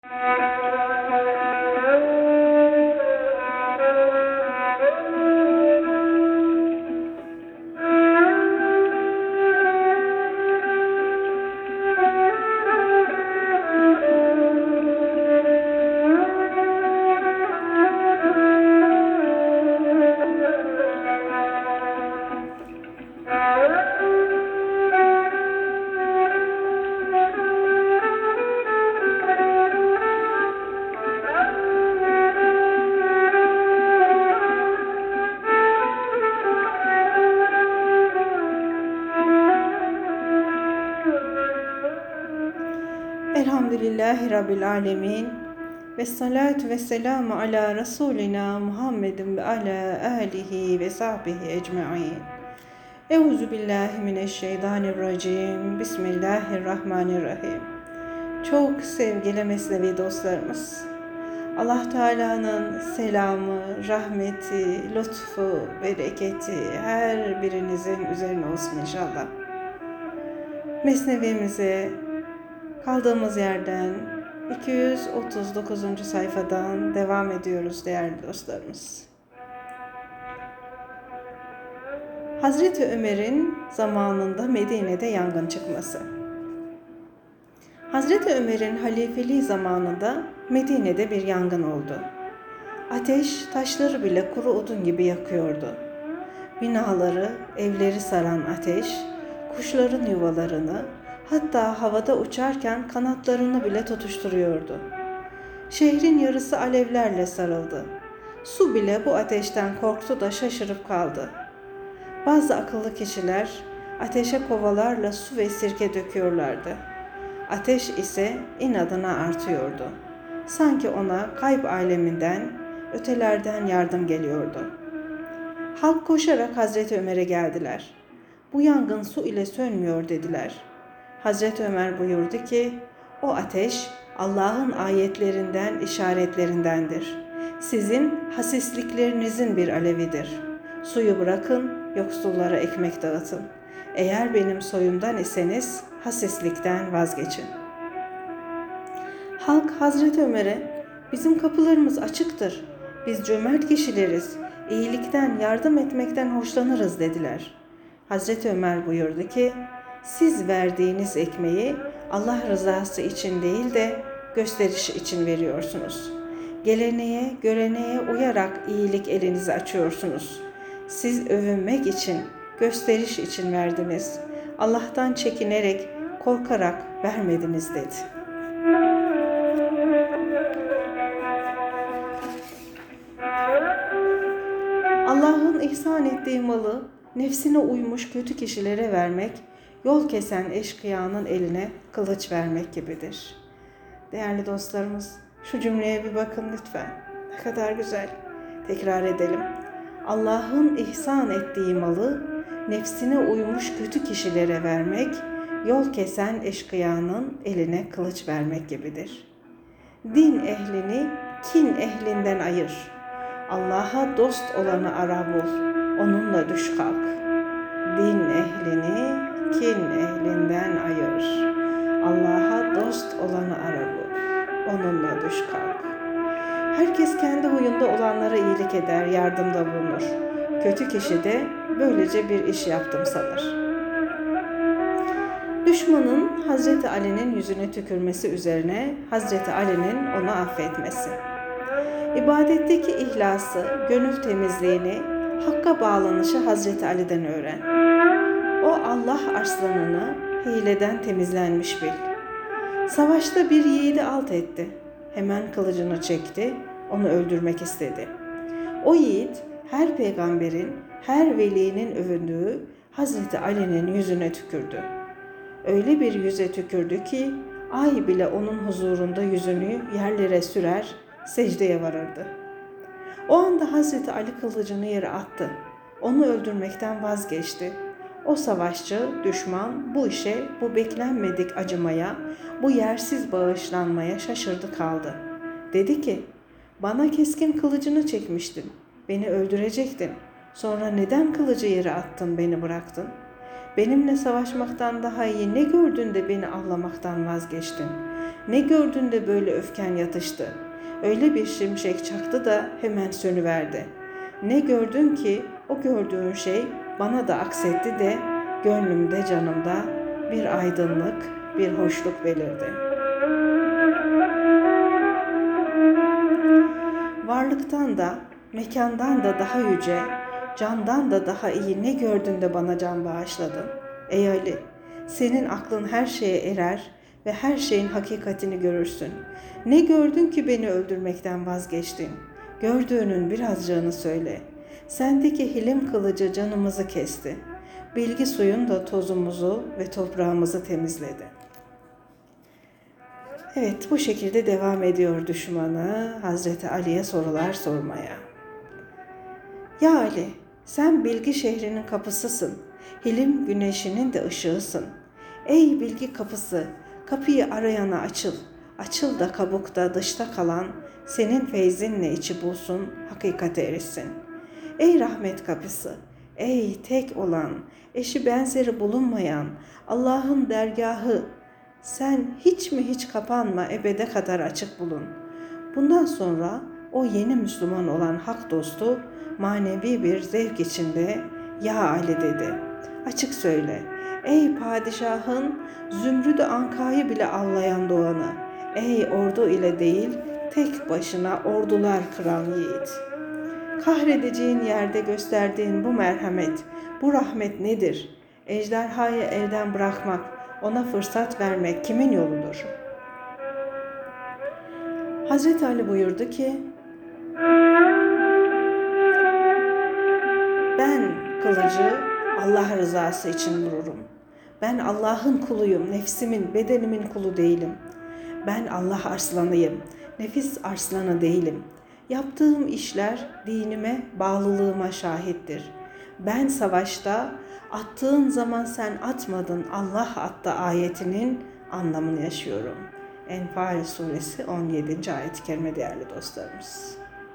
Elhamdülillahi Rabbil Alemin ve salatu ve selamu ala Resulina Muhammedin ve ala alihi ve sahbihi ecma'in. Euzu billahi mineşşeytanirracim. Bismillahirrahmanirrahim. Çok sevgili Mesnevi dostlarımız, Allah Teala'nın selamı, rahmeti, lütfu, bereketi her birinizin üzerine olsun inşallah. Mesnevimize kaldığımız yerden 239. sayfadan devam ediyoruz değerli dostlarımız. Hazreti Ömer'in zamanında Medine'de yangın çıkması. Hazreti Ömer'in halifeliği zamanında Medine'de bir yangın oldu. Ateş taşları bile kuru odun gibi yakıyordu. Binaları, evleri saran ateş, kuşların yuvalarını, hatta havada uçarken kanatlarını bile tutuşturuyordu. Şehrin yarısı alevlerle sarıldı. Su bile bu ateşten korktu da şaşırıp kaldı. Bazı akıllı kişiler ateşe kovalarla su ve sirke döküyorlardı. Ateş ise inadına artıyordu. Sanki ona gayb aleminden, ötelerden yardım geliyordu. Halk koşarak Hazreti Ömer'e geldiler. "Bu yangın su ile sönmüyor," dediler. Hazreti Ömer buyurdu ki, "O ateş Allah'ın ayetlerinden, işaretlerindendir. Sizin hasisliklerinizin bir alevidir. Suyu bırakın, yoksullara ekmek dağıtın. Eğer benim soyumdan iseniz hasislikten vazgeçin." Halk Hazreti Ömer'e, "Bizim kapılarımız açıktır. Biz cömert kişileriz. İyilikten, yardım etmekten hoşlanırız," dediler. Hazreti Ömer buyurdu ki, "Siz verdiğiniz ekmeği Allah rızası için değil de gösteriş için veriyorsunuz. Geleneğe, göreneğe uyarak iyilik elinizi açıyorsunuz. Siz övünmek için, gösteriş için verdiniz. Allah'tan çekinerek, korkarak vermediniz," dedi. Allah'ın ihsan ettiği malı nefsine uymuş kötü kişilere vermek, yol kesen eşkıyanın eline kılıç vermek gibidir. Değerli dostlarımız, şu cümleye bir bakın lütfen. Ne kadar güzel. Tekrar edelim. Allah'ın ihsan ettiği malı nefsine uymuş kötü kişilere vermek, yol kesen eşkıyanın eline kılıç vermek gibidir. Din ehlini kin ehlinden ayır. Allah'a dost olanı ara bul, onunla düş kalk. Din ehlini kin ehlinden ayır. Allah'a dost olanı ara bul, onunla düş kalk. Herkes kendi huyunda olanlara iyilik eder, yardımda bulunur. Kötü kişi de böylece bir iş yaptım sanır. Düşmanın Hazreti Ali'nin yüzüne tükürmesi üzerine Hazreti Ali'nin onu affetmesi. İbadetteki ihlası, gönül temizliğini, hakka bağlanışı Hazreti Ali'den öğren. O Allah arslanını hileden temizlenmiş bil. Savaşta bir yiğidi alt etti. Hemen kılıcını çekti, onu öldürmek istedi. O yiğit her peygamberin, her velinin övündüğü Hazreti Ali'nin yüzüne tükürdü. Öyle bir yüze tükürdü ki ay bile onun huzurunda yüzünü yerlere sürer, secdeye varırdı. O anda Hazreti Ali kılıcını yere attı. Onu öldürmekten vazgeçti. O savaşçı, düşman bu işe, bu beklenmedik acımaya, bu yersiz bağışlanmaya şaşırdı kaldı. Dedi ki, "Bana keskin kılıcını çekmiştin, beni öldürecektin. Sonra neden kılıcı yere attın, beni bıraktın? Benimle savaşmaktan daha iyi ne gördün de beni avlamaktan vazgeçtin? Ne gördün de böyle öfken yatıştı? Öyle bir şimşek çaktı da hemen sönüverdi. Ne gördün ki o gördüğün şey bana da aksetti de gönlümde canımda bir aydınlık, bir hoşluk belirdi. Varlıktan da, mekandan da daha yüce, candan da daha iyi ne gördün de bana can bağışladın? Ey Ali, senin aklın her şeye erer ve her şeyin hakikatini görürsün. Ne gördün ki beni öldürmekten vazgeçtin? Gördüğünün birazcığını söyle. Sendeki hilim kılıcı canımızı kesti. Bilgi suyun da tozumuzu ve toprağımızı temizledi. Evet, bu şekilde devam ediyor düşmanı Hazreti Ali'ye sorular sormaya. Ya Ali, sen bilgi şehrinin kapısısın. Hilim güneşinin de ışığısın. Ey bilgi kapısı, kapıyı arayana açıl. Açıl da kabukta dışta kalan senin feyzinle içi bulsun, hakikate erişsin. Ey rahmet kapısı, ey tek olan, eşi benzeri bulunmayan Allah'ın dergahı, sen hiç mi hiç kapanma, ebede kadar açık bulun. Bundan sonra o yeni Müslüman olan hak dostu manevi bir zevk içinde ya Ali dedi. Açık söyle, ey padişahın zümrüdü ankayı bile avlayan doğanı, ey ordu ile değil tek başına ordular kıran yiğit. Kahredeceğin yerde gösterdiğin bu merhamet, bu rahmet nedir? Ejderhayı elden bırakmak, ona fırsat vermek kimin yoludur? Hazreti Ali buyurdu ki, ben kılıcı Allah rızası için vururum. Ben Allah'ın kuluyum, nefsimin, bedenimin kulu değilim. Ben Allah arslanıyım, nefis arslanı değilim. Yaptığım işler dinime, bağlılığıma şahittir. Ben savaşta attığın zaman sen atmadın, Allah attı ayetinin anlamını yaşıyorum. Enfal suresi 17. ayet-i kerime değerli dostlarımız.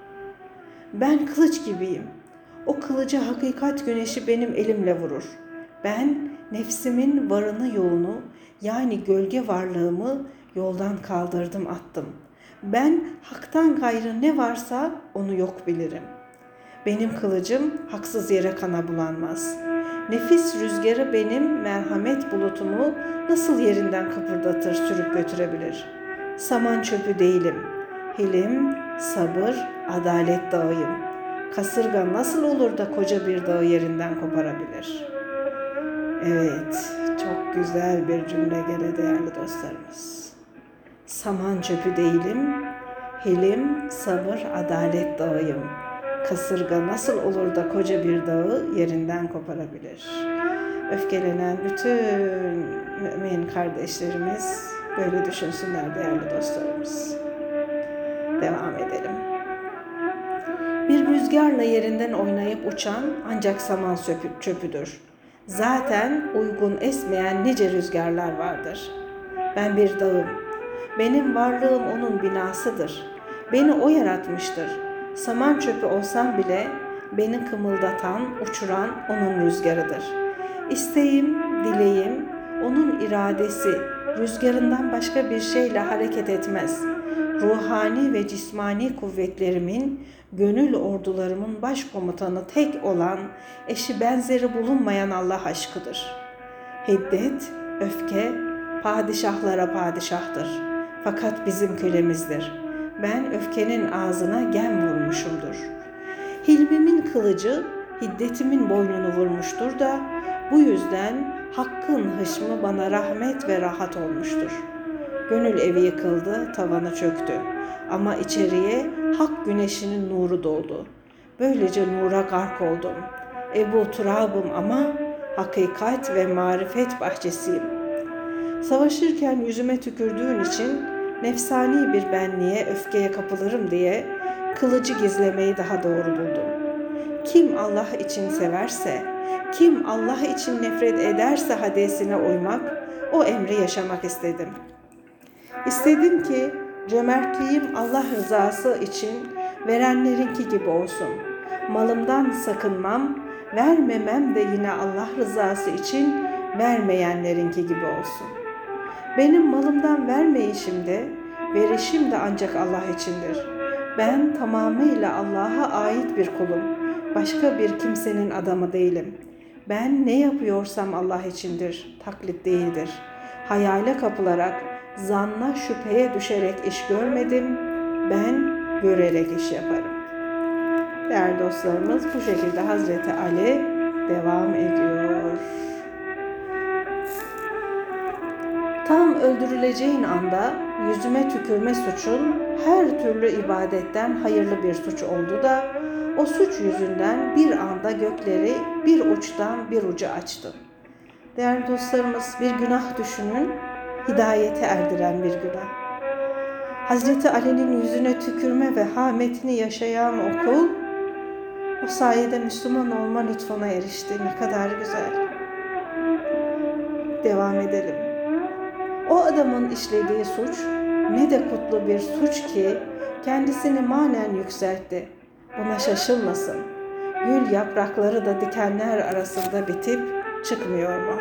Ben kılıç gibiyim. O kılıcı hakikat güneşi benim elimle vurur. Ben nefsimin varını yoğunu yani gölge varlığımı yoldan kaldırdım attım. Ben haktan gayrı ne varsa onu yok bilirim. Benim kılıcım haksız yere kana bulanmaz. Nefis rüzgarı benim merhamet bulutumu nasıl yerinden kıpırdatır, sürüp götürebilir? Saman çöpü değilim. Hilim, sabır, adalet dağıyım. Kasırga nasıl olur da koca bir dağı yerinden koparabilir? Evet, çok güzel bir cümle gene değerli dostlarımız. Saman çöpü değilim, hilim, sabır, adalet dağıyım. Kasırga nasıl olur da koca bir dağı yerinden koparabilir? Öfkelenen bütün mümin kardeşlerimiz böyle düşünsünler değerli dostlarımız. Devam edelim. Bir rüzgarla yerinden oynayıp uçan ancak saman çöpüdür. Zaten uygun esmeyen nice rüzgarlar vardır. Ben bir dağım. Benim varlığım onun binasıdır. Beni o yaratmıştır. Saman çöpü olsam bile beni kımıldatan, uçuran onun rüzgarıdır. İsteğim, dileğim, onun iradesi, rüzgarından başka bir şeyle hareket etmez. Ruhani ve cismani kuvvetlerimin, gönül ordularımın başkomutanı tek olan, eşi benzeri bulunmayan Allah aşkıdır. Hiddet, öfke, padişahlara padişahtır. Fakat bizim kölemizdir. Ben öfkenin ağzına gem vurmuşumdur. Hilmimin kılıcı, hiddetimin boynunu vurmuştur da, bu yüzden hakkın hışmı bana rahmet ve rahat olmuştur. Gönül evi yıkıldı, tavanı çöktü. Ama içeriye hak güneşinin nuru doğdu. Böylece nura gark oldum. Ebu Turab'ım ama hakikat ve marifet bahçesiyim. Savaşırken yüzüme tükürdüğün için nefsani bir benliğe, öfkeye kapılırım diye kılıcı gizlemeyi daha doğru buldum. Kim Allah için severse, kim Allah için nefret ederse hadisine uymak, o emri yaşamak istedim. İstedim ki cömertliğim Allah rızası için verenlerinki gibi olsun. Malımdan sakınmam, vermemem de yine Allah rızası için vermeyenlerinki gibi olsun. Benim malımdan vermeyişim de, verişim de ancak Allah içindir. Ben tamamıyla Allah'a ait bir kulum. Başka bir kimsenin adamı değilim. Ben ne yapıyorsam Allah içindir, taklit değildir. Hayale kapılarak, zanna şüpheye düşerek iş görmedim. Ben görerek iş yaparım. Değerli dostlarımız, bu şekilde Hazreti Ali devam ediyor. Tam öldürüleceğin anda yüzüme tükürme suçun her türlü ibadetten hayırlı bir suç oldu da o suç yüzünden bir anda gökleri bir uçtan bir uca açtın. Değerli dostlarımız, bir günah düşünün, hidayete erdiren bir günah. Hazreti Ali'nin yüzüne tükürme ve hametini yaşayan o kul, o sayede Müslüman olma lütfuna erişti. Ne kadar güzel. Devam edelim. O adamın işlediği suç ne de kutlu bir suç ki kendisini manen yükseltti. Buna şaşılmasın. Gül yaprakları da dikenler arasında bitip çıkmıyor mu?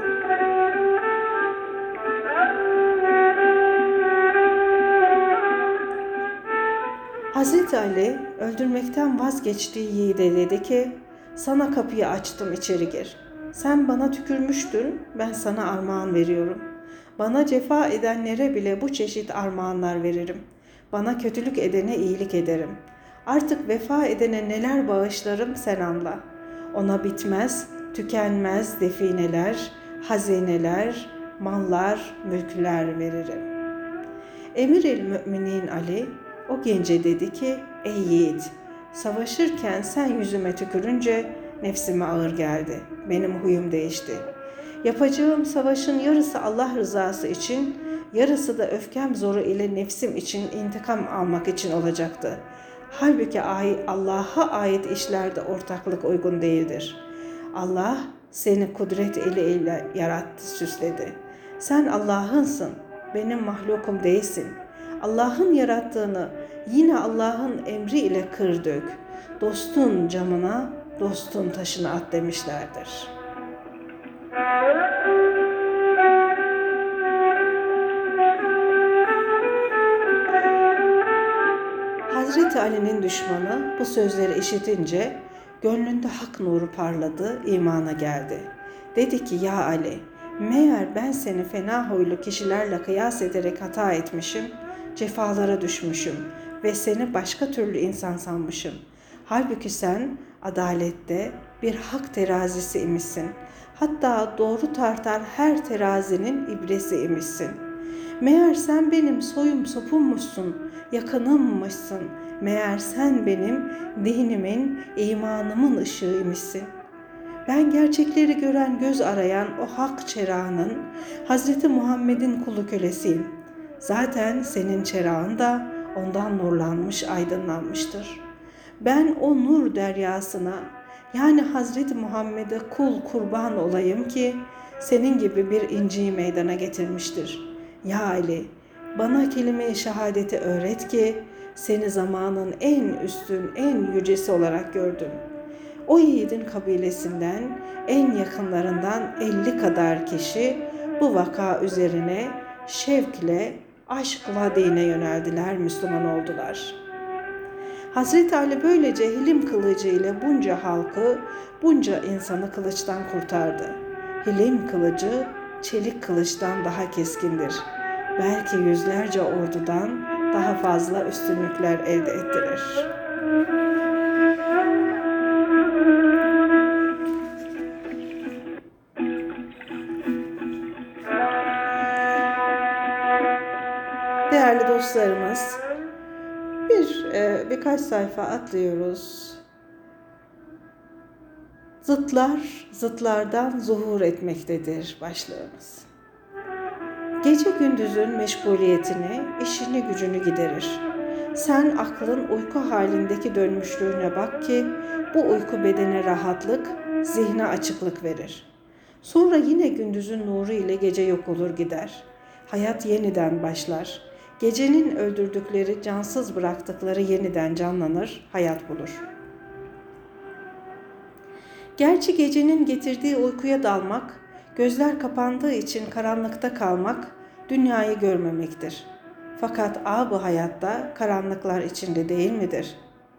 Hazreti Ali öldürmekten vazgeçtiği yiğide dedi ki, sana kapıyı açtım, içeri gir. Sen bana tükürmüştün, ben sana armağan veriyorum. Bana cefa edenlere bile bu çeşit armağanlar veririm. Bana kötülük edene iyilik ederim. Artık vefa edene neler bağışlarım sen anla. Ona bitmez, tükenmez defineler, hazineler, mallar, mülkler veririm. Emir-el-Müminin Ali o gence dedi ki, ey yiğit, savaşırken sen yüzüme tükürünce nefsime ağır geldi. Benim huyum değişti. Yapacağım savaşın yarısı Allah rızası için, yarısı da öfkem zoru ile nefsim için intikam almak için olacaktı. Halbuki Allah'a ait işlerde ortaklık uygun değildir. Allah seni kudret eliyle yarattı, süsledi. Sen Allah'ınsın, benim mahlukum değilsin. Allah'ın yarattığını yine Allah'ın emri ile kır dök. Dostun camına, dostun taşına at demişlerdir. Hazreti Ali'nin düşmanı bu sözleri işitince gönlünde hak nuru parladı, imana geldi. Dedi ki, ya Ali, meğer ben seni fena huylu kişilerle kıyas ederek hata etmişim, cefalara düşmüşüm ve seni başka türlü insan sanmışım. Halbuki sen adalette bir hak terazisi imişsin. Hatta doğru tartar her terazinin ibresi imişsin. Meğer sen benim soyum sopummuşsun, yakınımmışsın. Meğer sen benim dinimin, imanımın ışığıymışsın. Ben gerçekleri gören, göz arayan o hak çerağının, Hazreti Muhammed'in kulu kölesiyim. Zaten senin çerağın da ondan nurlanmış, aydınlanmıştır. Ben o nur deryasına, yani Hazreti Muhammed'e kul kurban olayım ki senin gibi bir inciyi meydana getirmiştir. Ya Ali, bana kelime-i şehadeti öğret ki seni zamanın en üstün, en yücesi olarak gördüm. O yiğidin kabilesinden, en yakınlarından 50 kadar kişi bu vaka üzerine şevkle, aşkla dine yöneldiler, Müslüman oldular. Hazreti Ali böylece hilim kılıcı ile bunca halkı, bunca insanı kılıçtan kurtardı. Hilim kılıcı çelik kılıçtan daha keskindir. Belki yüzlerce ordudan daha fazla üstünlükler elde ettiler. Değerli dostlarımız, birkaç sayfa atlıyoruz. Zıtlar, zıtlardan zuhur etmektedir başlığımız. Gece gündüzün meşguliyetini, işini gücünü giderir. Sen aklın uyku halindeki dönmüşlüğüne bak ki bu uyku bedene rahatlık, zihne açıklık verir. Sonra yine gündüzün nuru ile gece yok olur gider. Hayat yeniden başlar. Gecenin öldürdükleri, cansız bıraktıkları yeniden canlanır, hayat bulur. Gerçi gecenin getirdiği uykuya dalmak, gözler kapandığı için karanlıkta kalmak, dünyayı görmemektir. Fakat bu hayatta karanlıklar içinde değil midir?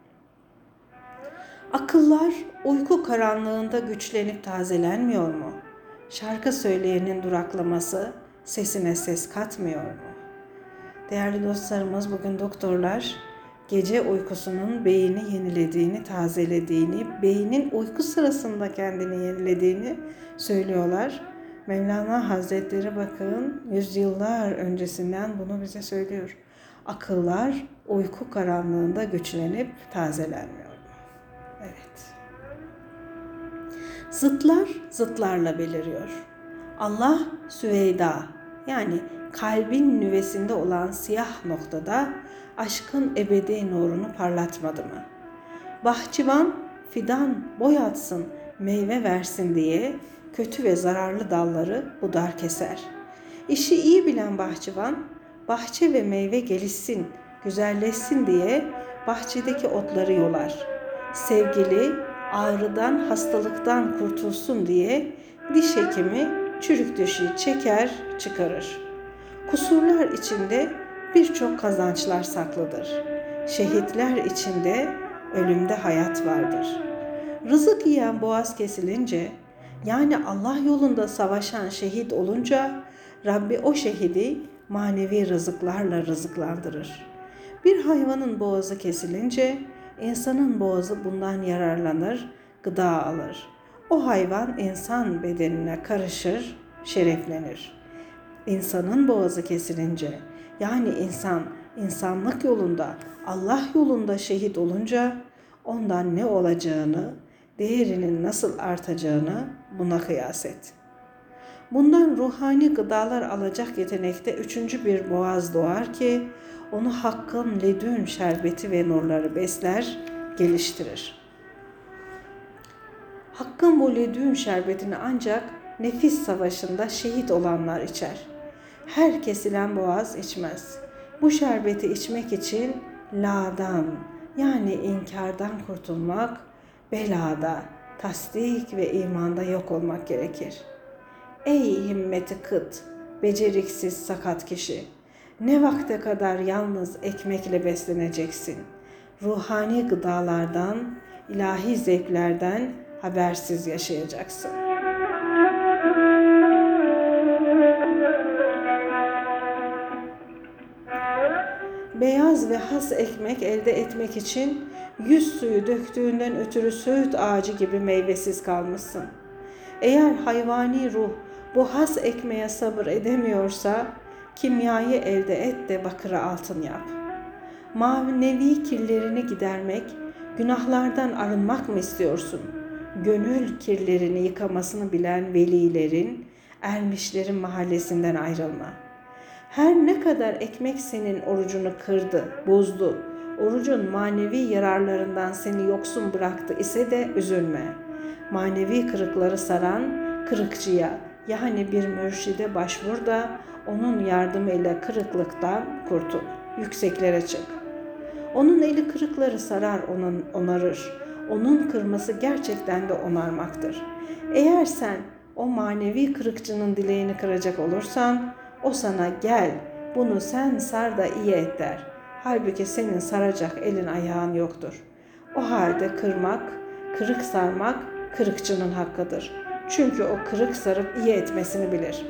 Akıllar uyku karanlığında güçlenip tazelenmiyor mu? Şarkı söyleyenin duraklaması sesine ses katmıyor mu? Değerli dostlarımız, bugün doktorlar gece uykusunun beyni yenilediğini, tazelediğini, beynin uyku sırasında kendini yenilediğini söylüyorlar. Mevlana Hazretleri bakın yüzyıllar öncesinden bunu bize söylüyor. Akıllar uyku karanlığında güçlenip tazelenmiyor. Evet. Zıtlar zıtlarla beliriyor. Allah Süveyda, yani kalbin nüvesinde olan siyah noktada aşkın ebedi nurunu parlatmadı mı? Bahçıvan fidan boyatsın, meyve versin diye kötü ve zararlı dalları budar keser. İşi iyi bilen bahçıvan, bahçe ve meyve gelişsin, güzelleşsin diye bahçedeki otları yolar. Sevgili ağrıdan, hastalıktan kurtulsun diye diş hekimi çürük dişi çeker, çıkarır. Kusurlar içinde birçok kazançlar saklıdır. Şehitler içinde ölümde hayat vardır. Rızık yiyen boğaz kesilince, yani Allah yolunda savaşan şehit olunca, Rabbi o şehidi manevi rızıklarla rızıklandırır. Bir hayvanın boğazı kesilince, insanın boğazı bundan yararlanır, gıda alır. O hayvan insan bedenine karışır, şereflenir. İnsanın boğazı kesilince, yani insan insanlık yolunda, Allah yolunda şehit olunca ondan ne olacağını, değerinin nasıl artacağını buna kıyas et. Bundan ruhani gıdalar alacak yetenekte üçüncü bir boğaz doğar ki onu Hakk'ın ledün şerbeti ve nurları besler, geliştirir. Hakk'ın bu ledün şerbetini ancak nefis savaşında şehit olanlar içer. Her kesilen boğaz içmez. Bu şerbeti içmek için la'dan, yani inkardan kurtulmak, belada, tasdik ve imanda yok olmak gerekir. Ey himmeti kıt, beceriksiz sakat kişi! Ne vakte kadar yalnız ekmekle besleneceksin? Ruhani gıdalardan, ilahi zevklerden habersiz yaşayacaksın. Beyaz ve has ekmek elde etmek için 100 suyu döktüğünden ötürü söğüt ağacı gibi meyvesiz kalmışsın. Eğer hayvani ruh bu has ekmeğe sabır edemiyorsa, kimyayı elde et de bakırı altın yap. Manevi kirlerini gidermek, günahlardan arınmak mı istiyorsun? Gönül kirlerini yıkamasını bilen velilerin, ermişlerin mahallesinden ayrılma. Her ne kadar ekmek senin orucunu kırdı, bozdu, orucun manevi yararlarından seni yoksun bıraktı ise de üzülme. Manevi kırıkları saran kırıkçıya, yani bir mürşide başvur da onun yardımıyla kırıklıktan kurtul, yükseklere çık. Onun eli kırıkları sarar, onarır. Onun kırması gerçekten de onarmaktır. Eğer sen o manevi kırıkçının dileğini kıracak olursan, o sana gel, bunu sen sar da iyi et der. Halbuki senin saracak elin ayağın yoktur. O halde kırmak, kırık sarmak kırıkçının hakkıdır. Çünkü o kırık sarıp iyi etmesini bilir.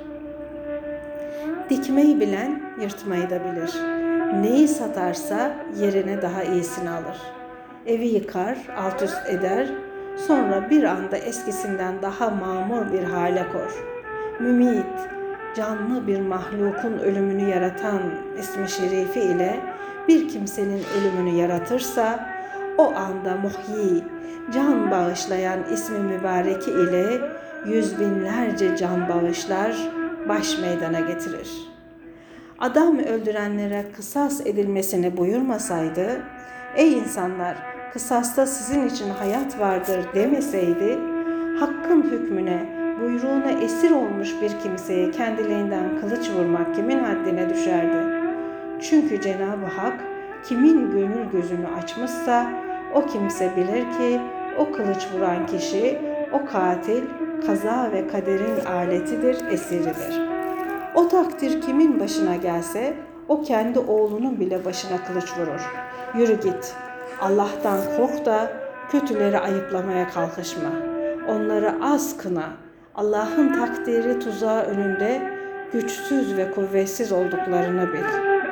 Dikmeyi bilen yırtmayı da bilir. Neyi satarsa yerine daha iyisini alır. Evi yıkar, alt üst eder, sonra bir anda eskisinden daha mamur bir hale kor. Mümit, canlı bir mahlukun ölümünü yaratan ismi şerifi ile bir kimsenin ölümünü yaratırsa, o anda muhyi, can bağışlayan ismi mübareki ile yüz binlerce can bağışlar, baş meydana getirir. Adam öldürenlere kısas edilmesini buyurmasaydı, ey insanlar, kısasta sizin için hayat vardır demeseydi, Hakk'ın hükmüne, buyruğuna esir olmuş bir kimseye kendiliğinden kılıç vurmak kimin haddine düşerdi? Çünkü Cenab-ı Hak kimin gönül gözünü açmışsa o kimse bilir ki o kılıç vuran kişi, o katil kaza ve kaderin aletidir, esiridir. O takdir kimin başına gelse, o kendi oğlunun bile başına kılıç vurur. Yürü git, Allah'tan kork da kötüleri ayıplamaya kalkışma. Onları az kına, Allah'ın takdiri tuzağı önünde güçsüz ve kuvvetsiz olduklarını bil.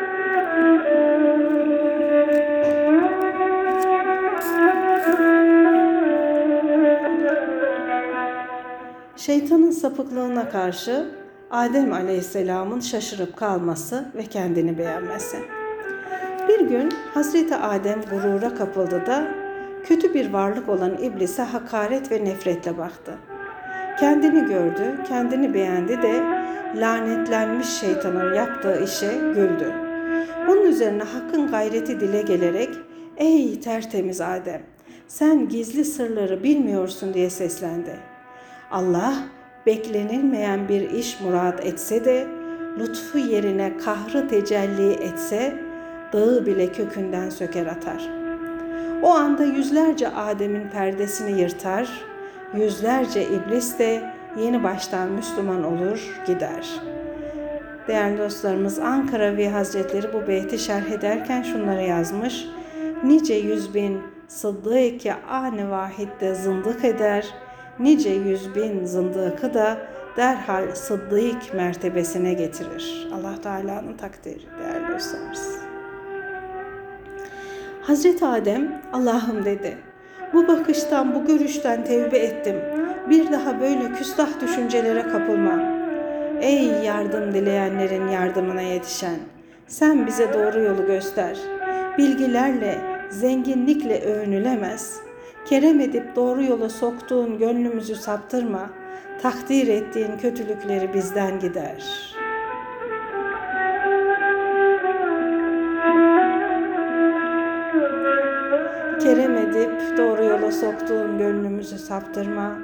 Şeytanın sapıklığına karşı Adem Aleyhisselam'ın şaşırıp kalması ve kendini beğenmesi. Bir gün Hazreti Adem gurura kapıldı da kötü bir varlık olan iblise hakaret ve nefretle baktı. Kendini gördü, kendini beğendi de lanetlenmiş şeytanın yaptığı işe güldü. Bunun üzerine Hakk'ın gayreti dile gelerek "Ey tertemiz Adem, sen gizli sırları bilmiyorsun" diye seslendi. Allah beklenilmeyen bir iş murat etse de lütfu yerine kahrı tecelli etse dağı bile kökünden söker atar. O anda yüzlerce Adem'in perdesini yırtar, yüzlerce iblis de yeni baştan Müslüman olur gider. Değerli dostlarımız, Ankaravi Hazretleri bu beyti şerh ederken şunları yazmış: nice 100.000 sıddık-ı an-ı vahidde zındık eder, nice 100.000 zındıkı da derhal sıddık mertebesine getirir. Allah Teala'nın takdiri değerli dostlarımız. Hazreti Adem, Allah'ım dedi, bu bakıştan, bu görüşten tevbe ettim. Bir daha böyle küstah düşüncelere kapılmam. Ey yardım dileyenlerin yardımına yetişen, sen bize doğru yolu göster. Bilgilerle, zenginlikle övünülemez. Kerem edip doğru yola soktuğun gönlümüzü saptırma. Takdir ettiğin kötülükleri bizden gider. Kerem edip doğru yola soktuğun gönlümüzü saptırma.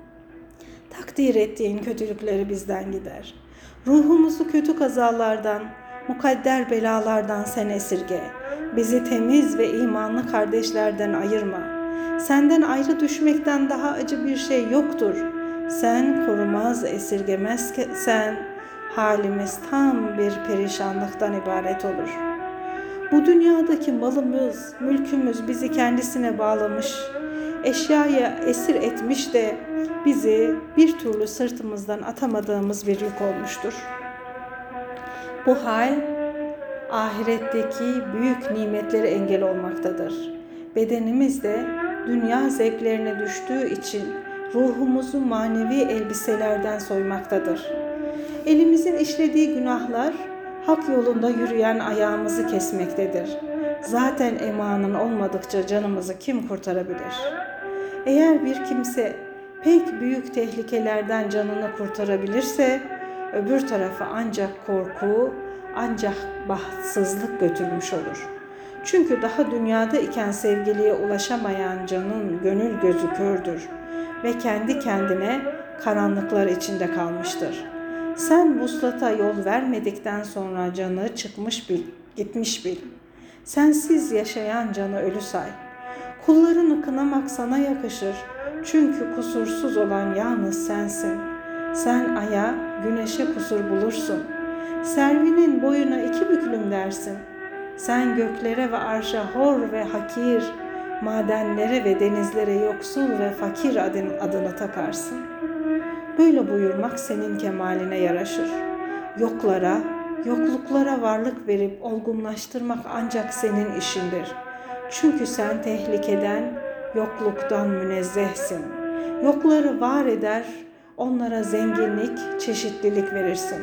Takdir ettiğin kötülükleri bizden gider. Ruhumuzu kötü kazalardan, mukadder belalardan sen esirge. Bizi temiz ve imanlı kardeşlerden ayırma. Senden ayrı düşmekten daha acı bir şey yoktur. Sen korumaz, esirgemezsen halimiz tam bir perişanlıktan ibaret olur. Bu dünyadaki malımız, mülkümüz bizi kendisine bağlamış, eşyaya esir etmiş de bizi bir türlü sırtımızdan atamadığımız bir yük olmuştur. Bu hal ahiretteki büyük nimetleri engel olmaktadır. Bedenimiz de dünya zevklerine düştüğü için ruhumuzu manevi elbiselerden soymaktadır. Elimizin işlediği günahlar hak yolunda yürüyen ayağımızı kesmektedir. Zaten emanın olmadıkça canımızı kim kurtarabilir? Eğer bir kimse pek büyük tehlikelerden canını kurtarabilirse, öbür tarafa ancak korku, ancak bahtsızlık götürmüş olur. Çünkü daha dünyada iken sevgiliye ulaşamayan canın gönül gözü kördür ve kendi kendine karanlıklar içinde kalmıştır. Sen vuslata yol vermedikten sonra canı çıkmış bil, gitmiş bil. Sensiz yaşayan canı ölü say. Kullarını kınamak sana yakışır. Çünkü kusursuz olan yalnız sensin. Sen aya, güneşe kusur bulursun. Servinin boyuna iki büklüm dersin. Sen göklere ve arşa hor ve hakir, madenlere ve denizlere yoksul ve fakir adını takarsın. Böyle buyurmak senin kemaline yaraşır. Yoklara, yokluklara varlık verip olgunlaştırmak ancak senin işindir. Çünkü sen tehlikeden, yokluktan münezzehsin. Yokları var eder, onlara zenginlik, çeşitlilik verirsin.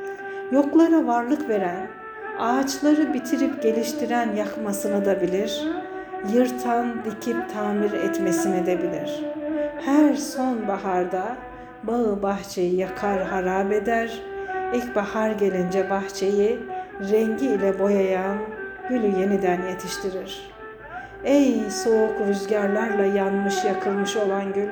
Yoklara varlık veren, ağaçları bitirip geliştiren yakmasını da bilir, yırtan dikip tamir etmesini de bilir. Her sonbaharda bağı bahçeyi yakar harap eder, ilkbahar gelince bahçeyi rengiyle boyayan gülü yeniden yetiştirir. Ey soğuk rüzgarlarla yanmış yakılmış olan gül,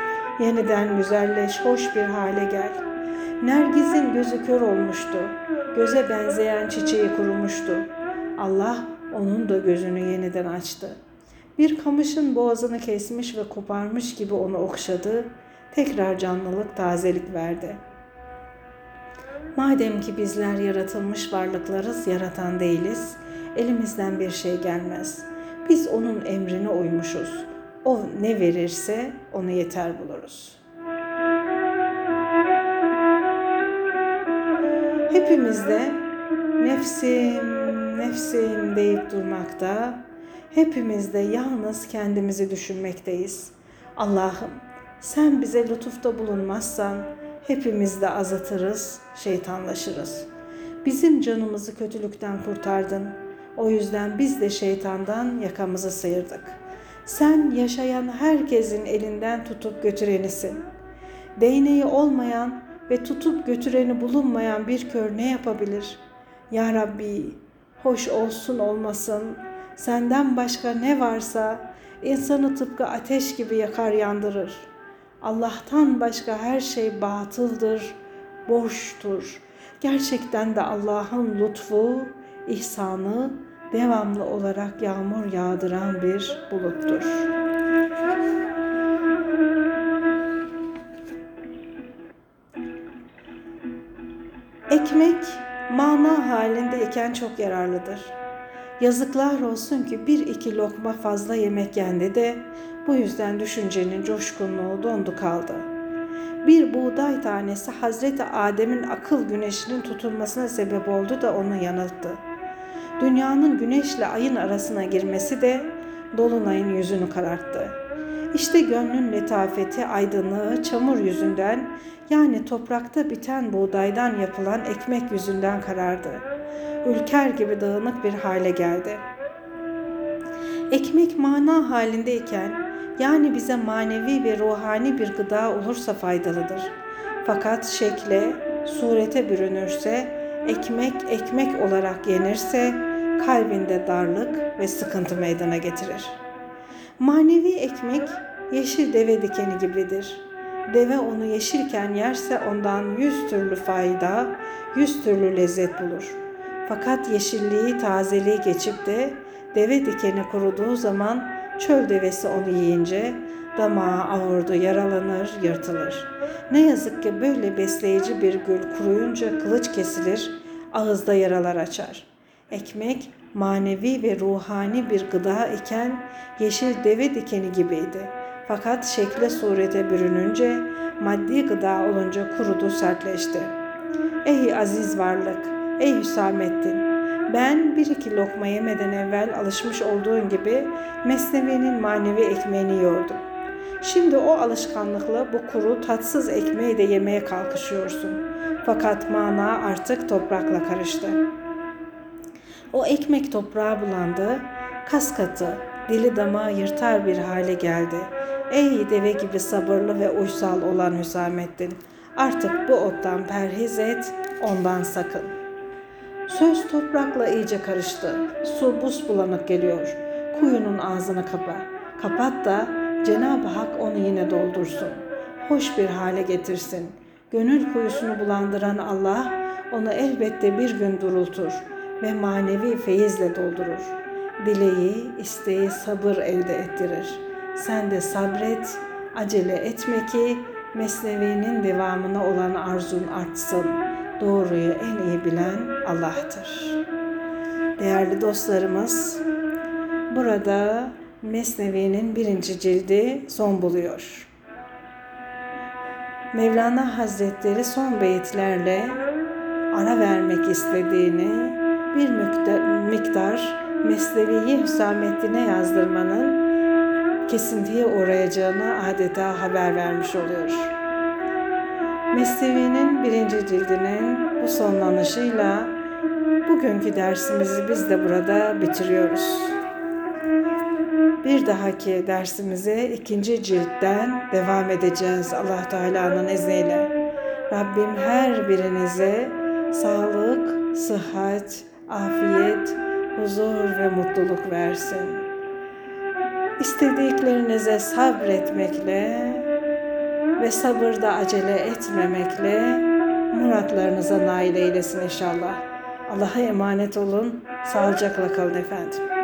yeniden güzelleş, hoş bir hale gel. Nergiz'in gözü kör olmuştu, göze benzeyen çiçeği kurumuştu. Allah onun da gözünü yeniden açtı. Bir kamışın boğazını kesmiş ve koparmış gibi onu okşadı, tekrar canlılık, tazelik verdi. Madem ki bizler yaratılmış varlıklarız, yaratan değiliz, elimizden bir şey gelmez. Biz onun emrine uymuşuz. O ne verirse onu yeter buluruz. Hepimiz de nefsim, nefsim deyip durmakta, hepimiz de yalnız kendimizi düşünmekteyiz. Allah'ım, sen bize lütufta bulunmazsan hepimiz de azatırız, şeytanlaşırız. Bizim canımızı kötülükten kurtardın. O yüzden biz de şeytandan yakamızı sıyırdık. Sen yaşayan herkesin elinden tutup götürenisin. Değneği olmayan ve tutup götüreni bulunmayan bir kör ne yapabilir? Ya Rabbi, hoş olsun olmasın, senden başka ne varsa insanı tıpkı ateş gibi yakar yandırır. Allah'tan başka her şey batıldır, boştur. Gerçekten de Allah'ın lütfu, ihsanı devamlı olarak yağmur yağdıran bir buluttur. Ekmek mana halindeyken çok yararlıdır. Yazıklar olsun ki 1-2 lokma fazla yemek yendi de bu yüzden düşüncenin coşkunluğu dondu kaldı. Bir buğday tanesi Hazreti Adem'in akıl güneşinin tutulmasına sebep oldu da onu yanılttı. Dünyanın güneşle ayın arasına girmesi de dolunayın yüzünü kararttı. İşte gönlün letafeti, aydınlığı çamur yüzünden, yani toprakta biten buğdaydan yapılan ekmek yüzünden karardı. Ülker gibi dağınık bir hale geldi. Ekmek mana halindeyken, yani bize manevi ve ruhani bir gıda olursa faydalıdır. Fakat şekle, surete bürünürse, ekmek olarak yenirse, kalbinde darlık ve sıkıntı meydana getirir. Manevi ekmek, yeşil deve dikeni gibidir. Deve onu yeşilken yerse ondan 100 türlü fayda, 100 türlü lezzet bulur. Fakat yeşilliği, tazeliği geçip de deve dikeni kuruduğu zaman çöl devesi onu yiyince damağı avurdu, yaralanır, yırtılır. Ne yazık ki böyle besleyici bir gül kuruyunca kılıç kesilir, ağızda yaralar açar. Ekmek manevi ve ruhani bir gıda iken yeşil deve dikeni gibiydi. Fakat şekle surete bürününce, maddi gıda olunca kurudu, sertleşti. Ey aziz varlık, ey Hüsamettin, ben 1-2 lokma yemeden evvel alışmış olduğun gibi Mesnevi'nin manevi ekmeğini yiyordum. Şimdi o alışkanlıkla bu kuru, tatsız ekmeği de yemeye kalkışıyorsun. Fakat mana artık toprakla karıştı. O ekmek toprağa bulandı, kas katı, dili damağı yırtar bir hale geldi. Ey deve gibi sabırlı ve uysal olan Hüsamettin, artık bu ottan perhiz et, ondan sakın. Söz toprakla iyice karıştı. Su buz bulanık geliyor. Kuyunun ağzını kapa. Kapat da Cenab-ı Hak onu yine doldursun. Hoş bir hale getirsin. Gönül kuyusunu bulandıran Allah onu elbette bir gün durultur ve manevi feyizle doldurur. Dileği, isteği sabır elde ettirir. Sen de sabret, acele etme ki Mesnevi'nin devamına olan arzun artsın. Doğruyu en iyi bilen Allah'tır. Değerli dostlarımız, burada Mesnevi'nin 1. cildi son buluyor. Mevlana Hazretleri son beyitlerle ara vermek istediğini, bir miktar Mesnevi'yi Hüsamettin'e yazdırmanın kesintiye uğrayacağını adeta haber vermiş oluyor. Mesnevi'nin 1. cildinin bu sonlanışıyla bugünkü dersimizi biz de burada bitiriyoruz. Bir dahaki dersimize 2. ciltten devam edeceğiz Allah Teala'nın izniyle. Rabbim her birinize sağlık, sıhhat, afiyet, huzur ve mutluluk versin. İstediklerinize sabretmekle ve sabırda acele etmemekle muratlarınıza nail eylesin inşallah. Allah'a emanet olun, sağlıcakla kalın efendim.